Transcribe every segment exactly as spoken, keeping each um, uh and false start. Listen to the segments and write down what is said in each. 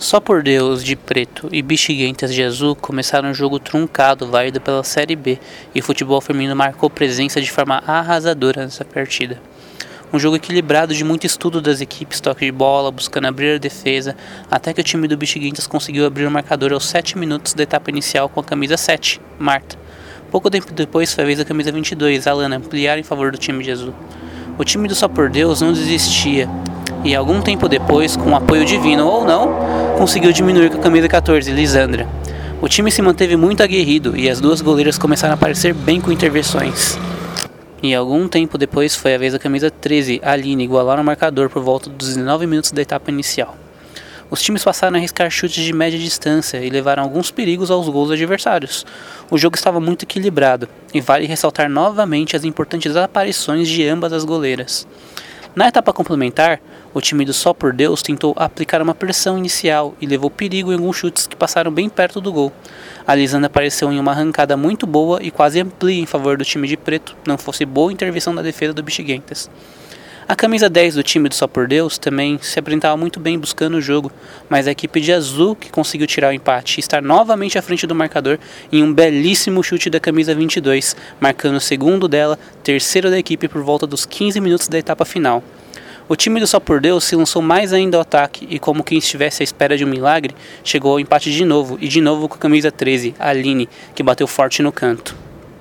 Só por Deus de preto e Bexiguentas de azul começaram um jogo truncado, válido pela Série B, e o futebol feminino marcou presença de forma arrasadora nessa partida. Um jogo equilibrado de muito estudo das equipes, toque de bola, buscando abrir a defesa, até que o time do Bexiguentas conseguiu abrir o marcador aos sete minutos da etapa inicial com a camisa sete, Marta. Pouco tempo depois foi a vez da camisa vinte e dois, Alana, ampliar em favor do time de azul. O time do Só por Deus não desistia, e algum tempo depois, com apoio divino ou não, conseguiu diminuir com a camisa catorze, Lisandra. O time se manteve muito aguerrido e as duas goleiras começaram a aparecer bem com intervenções. E algum tempo depois foi a vez da camisa treze, Aline, igualaram o marcador por volta dos dezenove minutos da etapa inicial. Os times passaram a arriscar chutes de média distância e levaram alguns perigos aos gols adversários. O jogo estava muito equilibrado, e vale ressaltar novamente as importantes aparições de ambas as goleiras. Na etapa complementar, o time do Só por Deus tentou aplicar uma pressão inicial e levou perigo em alguns chutes que passaram bem perto do gol. A Lisandra apareceu em uma arrancada muito boa e quase amplia em favor do time de preto, não fosse boa intervenção da defesa do Bexiguentas. A camisa dez do time do Só por Deus também se apresentava muito bem buscando o jogo, mas a equipe de azul que conseguiu tirar o empate e estar novamente à frente do marcador em um belíssimo chute da camisa vinte e dois, marcando o segundo dela, terceiro da equipe por volta dos quinze minutos da etapa final. O time do Só por Deus se lançou mais ainda ao ataque e, como quem estivesse à espera de um milagre, chegou ao empate de novo, e de novo com a camisa treze, Aline, que bateu forte no canto.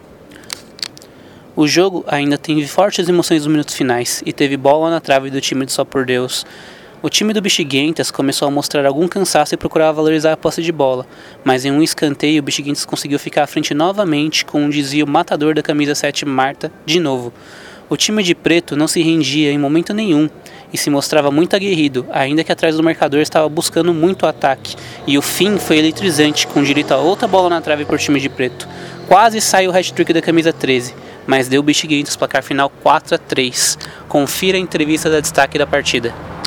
O jogo ainda teve fortes emoções nos minutos finais e teve bola na trave do time do Só por Deus. O time do Bexiguentas começou a mostrar algum cansaço e procurava valorizar a posse de bola, mas em um escanteio o Bexiguentas conseguiu ficar à frente novamente com um desvio matador da camisa sete, Marta, de novo. O time de preto não se rendia em momento nenhum e se mostrava muito aguerrido, ainda que atrás do marcador estava buscando muito ataque, e o fim foi eletrizante, com direito a outra bola na trave por time de preto. Quase saiu o hat-trick da camisa treze, mas deu o Bexiguentas placar final quatro a três. Confira a entrevista da destaque da partida.